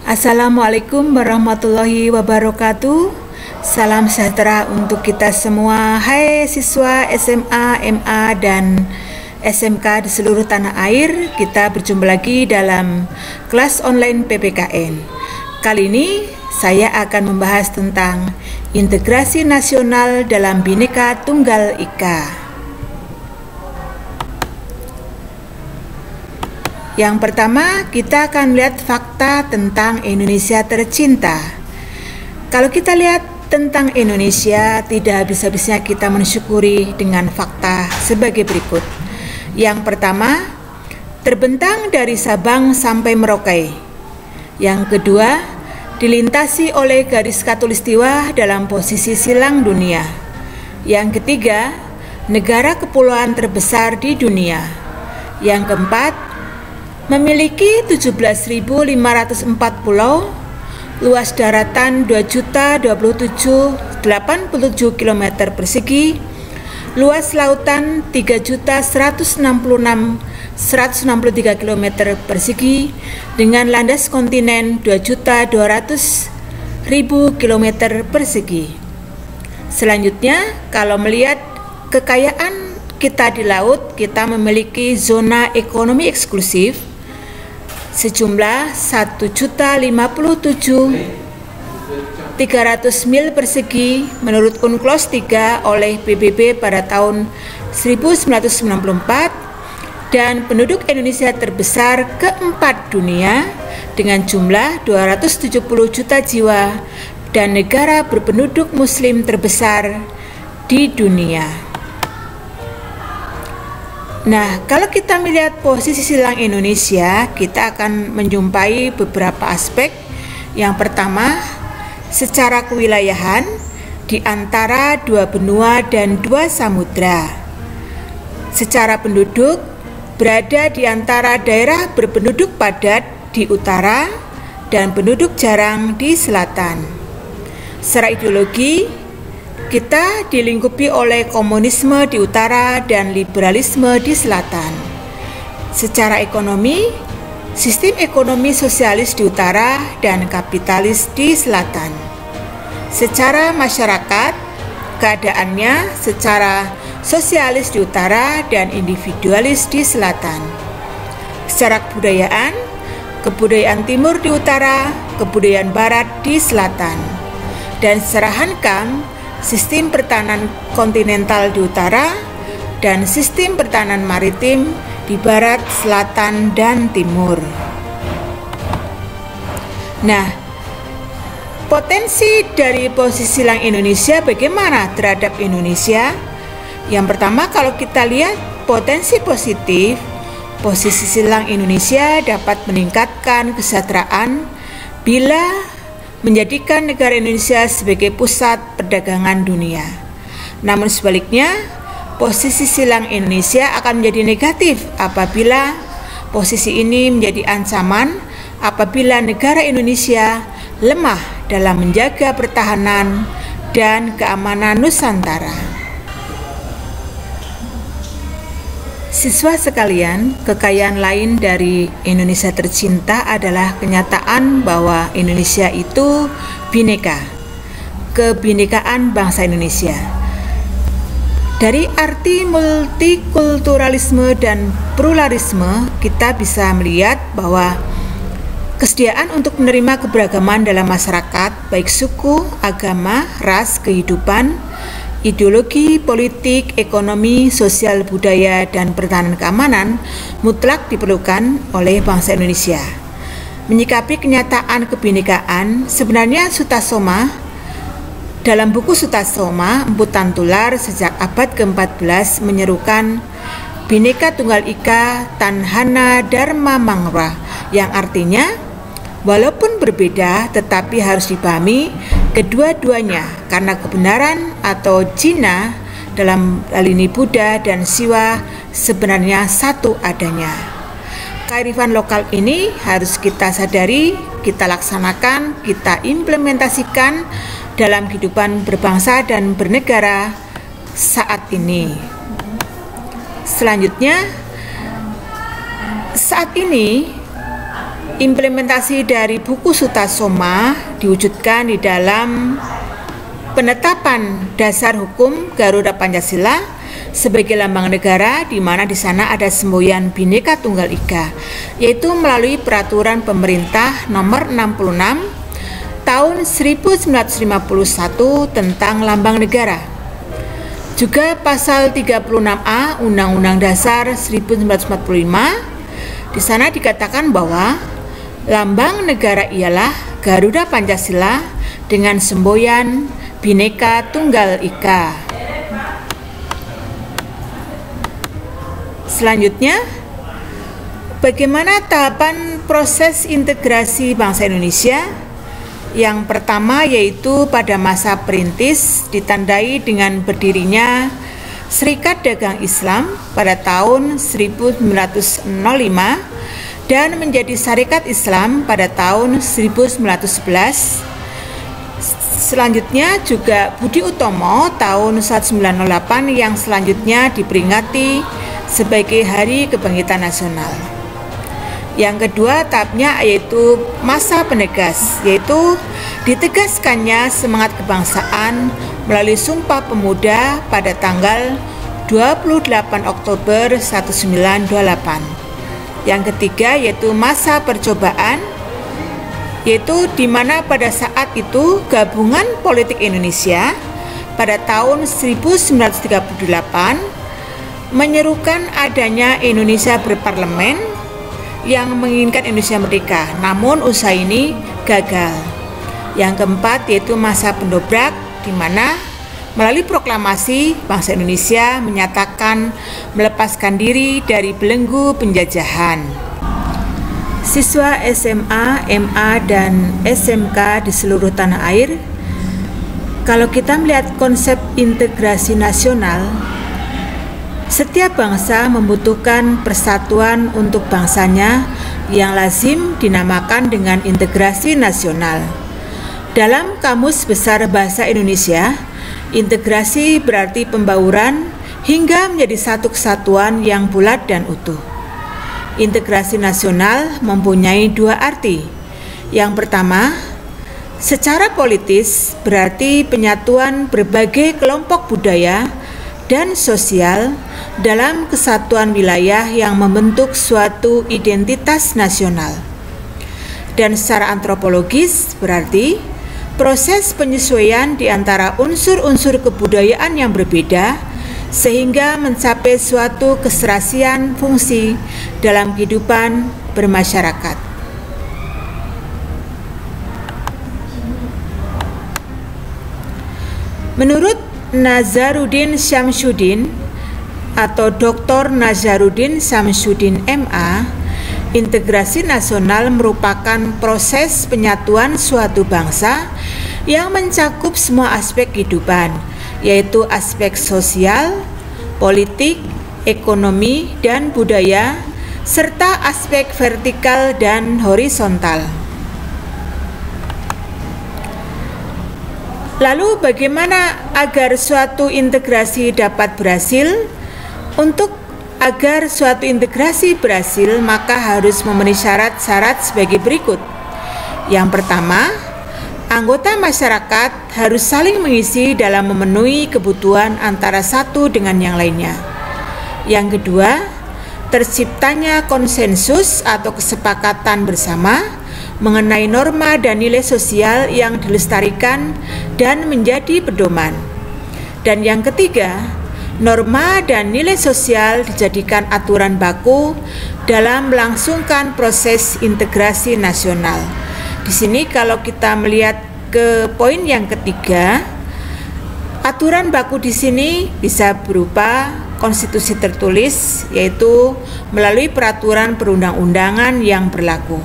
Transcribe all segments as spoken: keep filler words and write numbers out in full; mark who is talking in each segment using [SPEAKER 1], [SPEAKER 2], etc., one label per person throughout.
[SPEAKER 1] Assalamualaikum warahmatullahi wabarakatuh. Salam sejahtera untuk kita semua. Hai siswa S M A, M A, dan S M K di seluruh tanah air. Kita berjumpa lagi dalam kelas online P P K N. Kali ini saya akan membahas tentang integrasi nasional dalam Bhinneka Tunggal Ika. Yang pertama, kita akan lihat fakta tentang Indonesia tercinta. Kalau kita lihat tentang Indonesia, tidak habis-habisnya kita mensyukuri dengan fakta sebagai berikut. Yang pertama, terbentang dari Sabang sampai Merauke. Yang kedua, dilintasi oleh garis khatulistiwa dalam posisi silang dunia. Yang ketiga, negara kepulauan terbesar di dunia. Yang keempat, memiliki tujuh belas ribu lima ratus empat pulau, luas daratan dua juta dua puluh tujuh ribu delapan puluh tujuh kilometer persegi, luas lautan tiga juta seratus enam puluh enam ribu seratus enam puluh tiga kilometer persegi, dengan landas kontinen dua juta dua ratus ribu kilometer persegi. Selanjutnya, kalau melihat kekayaan kita di laut, kita memiliki zona ekonomi eksklusif sejumlah satu juta lima puluh tujuh ribu tiga ratus mil persegi menurut UNCLOS tiga oleh P B B pada tahun seribu sembilan ratus sembilan puluh empat, dan penduduk Indonesia terbesar keempat dunia dengan jumlah dua ratus tujuh puluh juta jiwa dan negara berpenduduk muslim terbesar di dunia. Nah, kalau kita melihat posisi silang Indonesia, kita akan menjumpai beberapa aspek. Yang pertama, secara kewilayahan di antara dua benua dan dua samudra. Secara penduduk, berada di antara daerah berpenduduk padat di utara dan penduduk jarang di selatan. Secara ideologi, kita dilingkupi oleh komunisme di utara dan liberalisme di selatan. Secara ekonomi, sistem ekonomi sosialis di utara dan kapitalis di selatan. Secara masyarakat, keadaannya secara sosialis di utara dan individualis di selatan. Secara kebudayaan, kebudayaan timur di utara, kebudayaan barat di selatan. Dan secara hankam, sistem pertahanan kontinental di utara dan sistem pertahanan maritim di barat, selatan, dan timur. Nah, potensi dari posisi silang Indonesia bagaimana terhadap Indonesia? Yang pertama, kalau kita lihat potensi positif, posisi silang Indonesia dapat meningkatkan kesejahteraan bila menjadikan negara Indonesia sebagai pusat perdagangan dunia. Namun sebaliknya, posisi silang Indonesia akan menjadi negatif apabila posisi ini menjadi ancaman apabila negara Indonesia lemah dalam menjaga pertahanan dan keamanan Nusantara. Siswa sekalian, kekayaan lain dari Indonesia tercinta adalah kenyataan bahwa Indonesia itu bhinneka, kebinekaan bangsa Indonesia. Dari arti multikulturalisme dan pluralisme, kita bisa melihat bahwa kesediaan untuk menerima keberagaman dalam masyarakat, baik suku, agama, ras, kehidupan, ideologi, politik, ekonomi, sosial, budaya, dan pertahanan keamanan mutlak diperlukan oleh bangsa Indonesia. Menyikapi kenyataan kebinekaan, sebenarnya Sutasoma dalam buku Sutasoma Empu Tantular sejak abad keempat belas menyerukan Bhinneka Tunggal Ika Tanhana Dharma Mangwa, yang artinya walaupun berbeda tetapi harus dipahami kedua-duanya karena kebenaran atau jina dalam hal ini Buddha dan Siwa sebenarnya satu adanya. Kearifan lokal ini harus kita sadari, kita laksanakan, kita implementasikan dalam kehidupan berbangsa dan bernegara saat ini. Selanjutnya, saat ini implementasi dari buku Sutasoma diwujudkan di dalam penetapan dasar hukum Garuda Pancasila sebagai lambang negara, di mana di sana ada semboyan Bhinneka Tunggal Ika, yaitu melalui peraturan pemerintah nomor enam puluh enam tahun seribu sembilan ratus lima puluh satu tentang lambang negara. Juga pasal tiga puluh enam A Undang-Undang Dasar seribu sembilan ratus empat puluh lima, di sana dikatakan bahwa lambang negara ialah Garuda Pancasila dengan semboyan Bhinneka Tunggal Ika. Selanjutnya, bagaimana tahapan proses integrasi bangsa Indonesia? Yang pertama yaitu pada masa perintis ditandai dengan berdirinya Serikat Dagang Islam pada tahun seribu sembilan ratus lima dan menjadi Syarikat Islam pada tahun seribu sembilan ratus sebelas. Selanjutnya juga Budi Utomo tahun seribu sembilan ratus delapan yang selanjutnya diperingati sebagai Hari Kebangkitan Nasional. Yang kedua tahapnya yaitu masa penegas, yaitu ditegaskannya semangat kebangsaan melalui Sumpah Pemuda pada tanggal dua puluh delapan Oktober seribu sembilan ratus dua puluh delapan. Yang ketiga yaitu masa percobaan, yaitu di mana pada saat itu Gabungan Politik Indonesia pada tahun seribu sembilan ratus tiga puluh delapan menyerukan adanya Indonesia berparlemen yang menginginkan Indonesia merdeka, namun usaha ini gagal. Yang keempat yaitu masa pendobrak, di mana melalui proklamasi bangsa Indonesia menyatakan melepaskan diri dari belenggu penjajahan. Siswa S M A, M A, dan S M K di seluruh tanah air, kalau kita melihat konsep integrasi nasional, setiap bangsa membutuhkan persatuan untuk bangsanya yang lazim dinamakan dengan integrasi nasional. Dalam Kamus Besar Bahasa Indonesia, integrasi berarti pembauran hingga menjadi satu kesatuan yang bulat dan utuh. Integrasi nasional mempunyai dua arti. Yang pertama, secara politis berarti penyatuan berbagai kelompok budaya dan sosial dalam kesatuan wilayah yang membentuk suatu identitas nasional. Dan secara antropologis berarti proses penyesuaian di antara unsur-unsur kebudayaan yang berbeda sehingga mencapai suatu keserasian fungsi dalam kehidupan bermasyarakat. Menurut Nazaruddin Syamsuddin atau Doktor Nazaruddin Syamsuddin M A, integrasi nasional merupakan proses penyatuan suatu bangsa yang mencakup semua aspek kehidupan, yaitu aspek sosial, politik, ekonomi, dan budaya, serta aspek vertikal dan horizontal. Lalu bagaimana agar suatu integrasi dapat berhasil? Untuk agar suatu integrasi berhasil, maka harus memenuhi syarat-syarat sebagai berikut. Yang pertama, anggota masyarakat harus saling mengisi dalam memenuhi kebutuhan antara satu dengan yang lainnya. Yang kedua, terciptanya konsensus atau kesepakatan bersama mengenai norma dan nilai sosial yang dilestarikan dan menjadi pedoman. Dan yang ketiga, norma dan nilai sosial dijadikan aturan baku dalam melangsungkan proses integrasi nasional. Di sini kalau kita melihat ke poin yang ketiga, aturan baku di sini bisa berupa konstitusi tertulis, yaitu melalui peraturan perundang-undangan yang berlaku.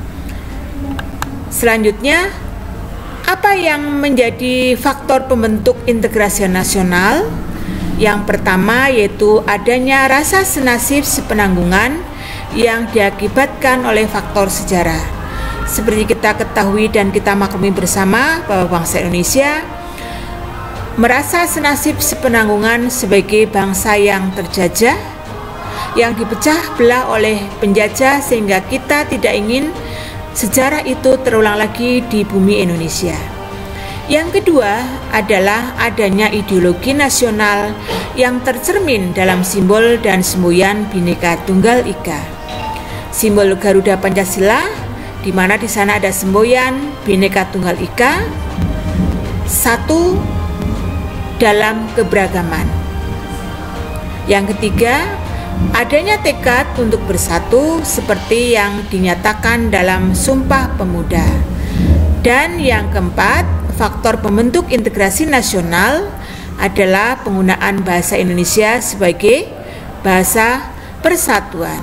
[SPEAKER 1] Selanjutnya, apa yang menjadi faktor pembentuk integrasi nasional? Yang pertama yaitu adanya rasa senasib sepenanggungan yang diakibatkan oleh faktor sejarah. Seperti kita ketahui dan kita maklumi bersama bahwa bangsa Indonesia merasa senasib sepenanggungan sebagai bangsa yang terjajah, yang dipecah belah oleh penjajah, sehingga kita tidak ingin sejarah itu terulang lagi di bumi Indonesia. Yang kedua adalah adanya ideologi nasional yang tercermin dalam simbol dan semboyan Bhinneka Tunggal Ika. Simbol Garuda Pancasila, di mana di sana ada semboyan Bhinneka Tunggal Ika, satu dalam keberagaman. Yang ketiga, adanya tekad untuk bersatu seperti yang dinyatakan dalam Sumpah Pemuda. Dan yang keempat, faktor pembentuk integrasi nasional adalah penggunaan bahasa Indonesia sebagai bahasa persatuan.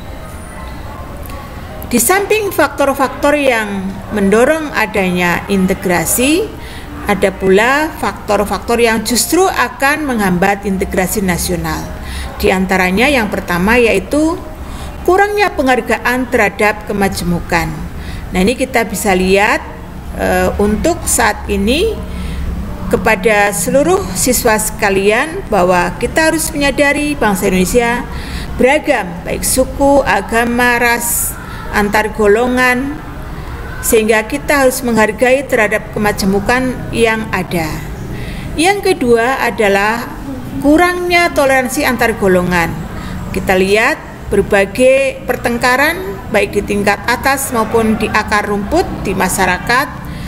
[SPEAKER 1] Di samping faktor-faktor yang mendorong adanya integrasi, ada pula faktor-faktor yang justru akan menghambat integrasi nasional. Di antaranya yang pertama yaitu kurangnya penghargaan terhadap kemajemukan. Nah, ini kita bisa lihat e, untuk saat ini kepada seluruh siswa sekalian bahwa kita harus menyadari bangsa Indonesia beragam, baik suku, agama, ras, antar golongan, sehingga kita harus menghargai terhadap kemajemukan yang ada. Yang kedua adalah kurangnya toleransi antar golongan. Kita lihat berbagai pertengkaran baik di tingkat atas maupun di akar rumput di masyarakat,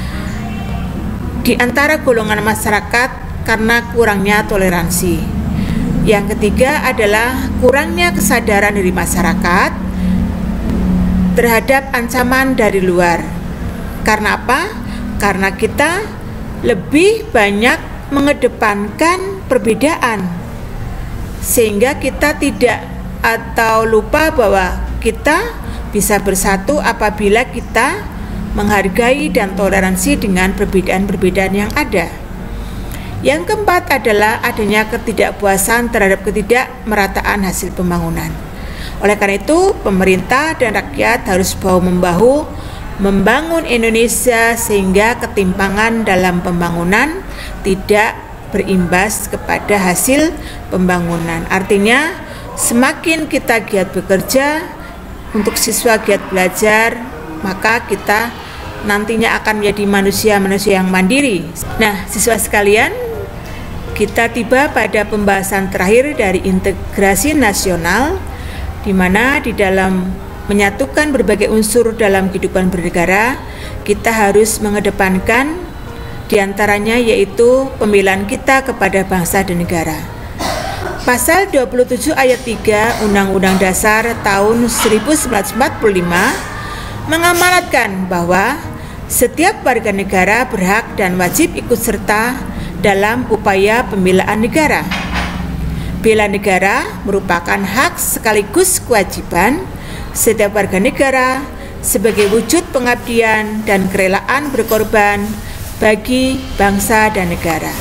[SPEAKER 1] di antara golongan masyarakat karena kurangnya toleransi. Yang ketiga adalah kurangnya kesadaran dari masyarakat terhadap ancaman dari luar. Karena apa? Karena kita lebih banyak mengedepankan perbedaan, sehingga kita tidak atau lupa bahwa kita bisa bersatu apabila kita menghargai dan toleransi dengan perbedaan-perbedaan yang ada. Yang keempat adalah adanya ketidakpuasan terhadap ketidakmerataan hasil pembangunan. Oleh karena itu, pemerintah dan rakyat harus bahu-membahu membangun Indonesia sehingga ketimpangan dalam pembangunan tidak berimbas kepada hasil pembangunan. Artinya, semakin kita giat bekerja, untuk siswa giat belajar, maka kita nantinya akan menjadi manusia-manusia yang mandiri. Nah, siswa sekalian, kita tiba pada pembahasan terakhir dari integrasi nasional, di mana di dalam menyatukan berbagai unsur dalam kehidupan bernegara, kita harus mengedepankan diantaranya yaitu pembelaan kita kepada bangsa dan negara. Pasal dua puluh tujuh ayat tiga Undang-Undang Dasar tahun seribu sembilan ratus empat puluh lima mengamanatkan bahwa setiap warga negara berhak dan wajib ikut serta dalam upaya pembelaan negara. Bela negara merupakan hak sekaligus kewajiban setiap warga negara sebagai wujud pengabdian dan kerelaan berkorban bagi bangsa dan negara.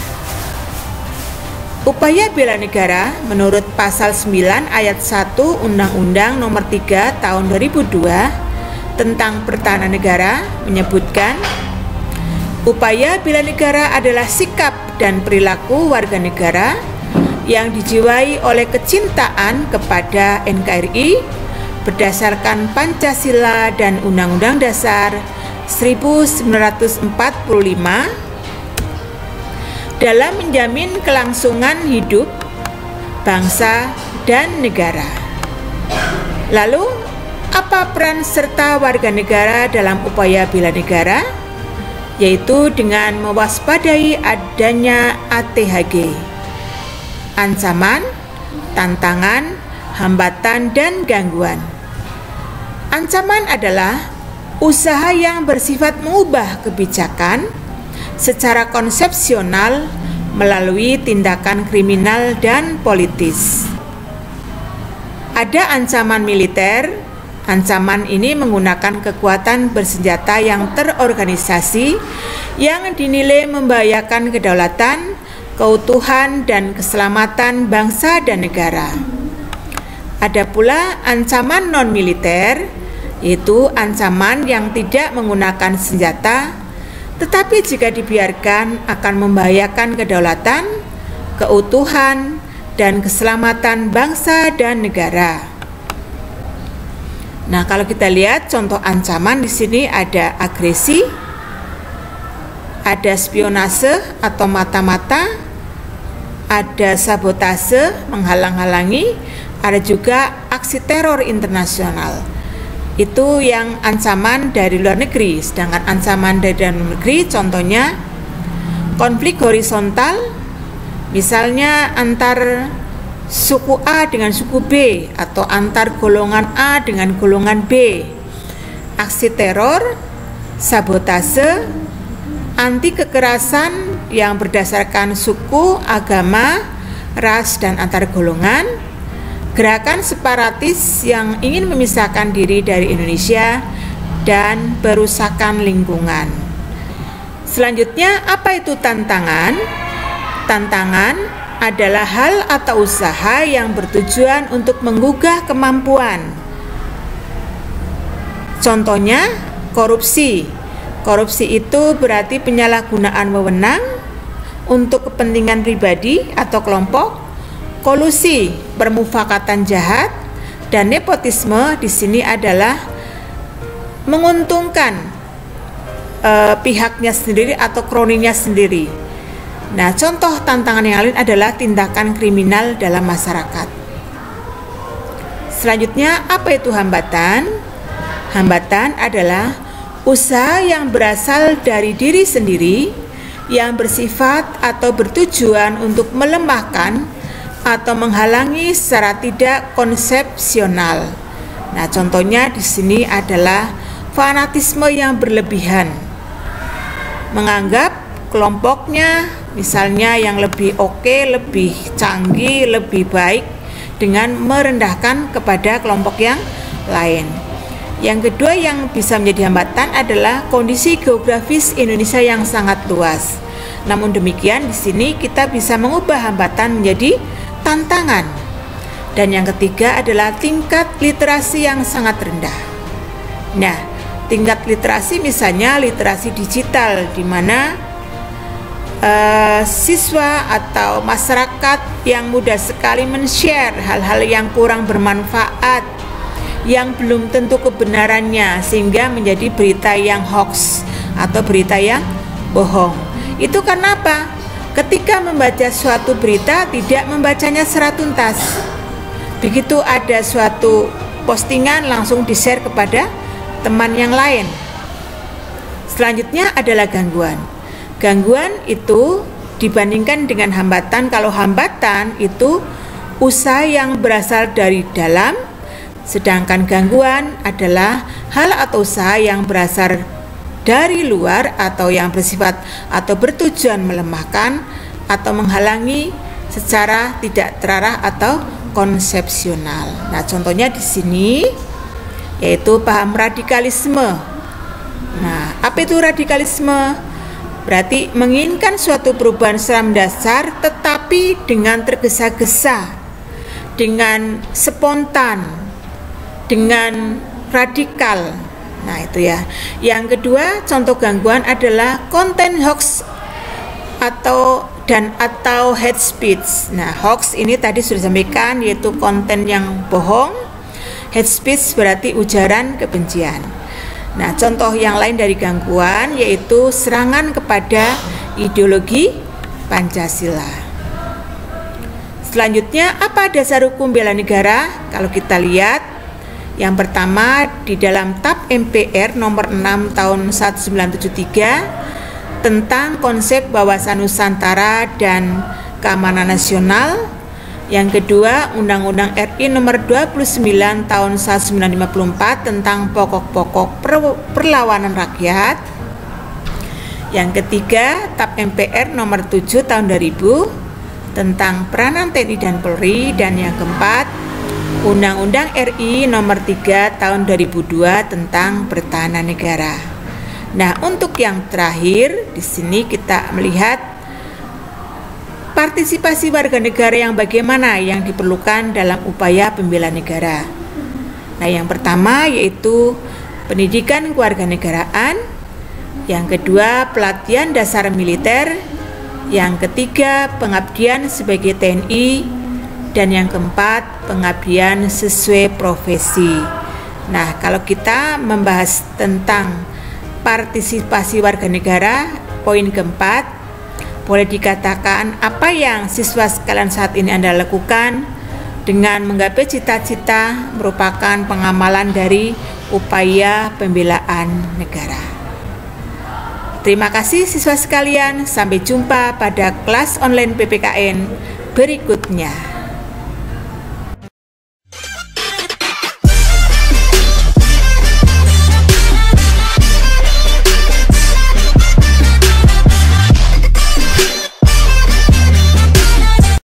[SPEAKER 1] Upaya bela negara menurut pasal sembilan ayat satu Undang-Undang Nomor tiga Tahun dua ribu dua tentang Pertahanan Negara menyebutkan upaya bela negara adalah sikap dan perilaku warga negara yang dijiwai oleh kecintaan kepada N K R I berdasarkan Pancasila dan Undang-Undang Dasar seribu sembilan ratus empat puluh lima dalam menjamin kelangsungan hidup bangsa dan negara. Lalu, apa peran serta warga negara dalam upaya bela negara? Yaitu dengan mewaspadai adanya A T H G, ancaman, tantangan, hambatan, dan gangguan. Ancaman adalah usaha yang bersifat mengubah kebijakan secara konsepsional melalui tindakan kriminal dan politis. Ada ancaman militer. Ancaman ini menggunakan kekuatan bersenjata yang terorganisasi yang dinilai membahayakan kedaulatan, keutuhan, dan keselamatan bangsa dan negara. Ada pula ancaman non-militer, yaitu ancaman yang tidak menggunakan senjata, tetapi jika dibiarkan akan membahayakan kedaulatan, keutuhan, dan keselamatan bangsa dan negara. Nah, kalau kita lihat contoh ancaman di sini ada agresi, ada spionase atau mata-mata, ada sabotase, menghalang-halangi, ada juga aksi teror internasional. Itu yang ancaman dari luar negeri. Sedangkan ancaman dari dalam negeri contohnya konflik horizontal, misalnya antar suku A dengan suku B atau antar golongan A dengan golongan B. Aksi teror, sabotase, anti kekerasan yang berdasarkan suku, agama, ras dan antar golongan, gerakan separatis yang ingin memisahkan diri dari Indonesia, dan perusakan lingkungan. Selanjutnya, apa itu tantangan? Tantangan adalah hal atau usaha yang bertujuan untuk menggugah kemampuan. Contohnya, korupsi. Korupsi itu berarti penyalahgunaan wewenang untuk kepentingan pribadi atau kelompok. Kolusi, permufakatan jahat, dan nepotisme di sini adalah menguntungkan eh, pihaknya sendiri atau kroninya sendiri. Nah, contoh tantangan yang lain adalah tindakan kriminal dalam masyarakat. Selanjutnya, apa itu hambatan? Hambatan adalah usaha yang berasal dari diri sendiri yang bersifat atau bertujuan untuk melemahkan atau menghalangi secara tidak konsepsional. Nah, contohnya di sini adalah fanatisme yang berlebihan, menganggap kelompoknya misalnya yang lebih oke, lebih canggih, lebih baik dengan merendahkan kepada kelompok yang lain. Yang kedua yang bisa menjadi hambatan adalah kondisi geografis Indonesia yang sangat luas. Namun demikian di sini kita bisa mengubah hambatan menjadi tantangan. Dan yang ketiga adalah tingkat literasi yang sangat rendah. Nah, tingkat literasi misalnya literasi digital di mana Uh, siswa atau masyarakat yang mudah sekali men-share hal-hal yang kurang bermanfaat, yang belum tentu kebenarannya, sehingga menjadi berita yang hoax atau berita yang bohong. Itu karena apa? Ketika membaca suatu berita tidak membacanya secara tuntas. Begitu ada suatu postingan langsung di-share kepada teman yang lain. Selanjutnya adalah gangguan. Gangguan itu dibandingkan dengan hambatan. Kalau hambatan itu usaha yang berasal dari dalam, sedangkan gangguan adalah hal atau usaha yang berasal dari luar atau yang bersifat atau bertujuan melemahkan atau menghalangi secara tidak terarah atau konsepsional. Nah, contohnya di sini yaitu paham radikalisme. Nah, apa itu radikalisme? Berarti menginginkan suatu perubahan secara mendasar tetapi dengan tergesa-gesa, dengan spontan, dengan radikal. Nah, itu ya. Yang kedua, contoh gangguan adalah konten hoax atau dan atau hate speech. Nah, hoax ini tadi sudah disampaikan yaitu konten yang bohong. Hate speech berarti ujaran kebencian. Nah, contoh yang lain dari gangguan yaitu serangan kepada ideologi Pancasila. Selanjutnya, apa dasar hukum bela negara? Kalau kita lihat, yang pertama di dalam T A P M P R nomor enam tahun seribu sembilan ratus tujuh puluh tiga tentang konsep wawasan Nusantara dan keamanan nasional. Yang kedua, Undang-Undang R I nomor dua puluh sembilan tahun seribu sembilan ratus lima puluh empat tentang pokok-pokok perlawanan rakyat. Yang ketiga, T A P M P R nomor tujuh tahun dua ribu tentang peranan T N I dan Polri. Dan yang keempat, Undang-Undang R I nomor tiga tahun dua ribu dua tentang pertahanan negara. Nah, untuk yang terakhir di sini kita melihat partisipasi warga negara yang bagaimana yang diperlukan dalam upaya pembela negara. Nah, yang pertama yaitu pendidikan kewarganegaraan, yang kedua pelatihan dasar militer, yang ketiga pengabdian sebagai T N I, dan yang keempat pengabdian sesuai profesi. Nah, kalau kita membahas tentang partisipasi warga negara, poin keempat, boleh dikatakan apa yang siswa sekalian saat ini Anda lakukan dengan menggapai cita-cita merupakan pengamalan dari upaya pembelaan negara. Terima kasih siswa sekalian, sampai jumpa pada kelas online P P K N berikutnya.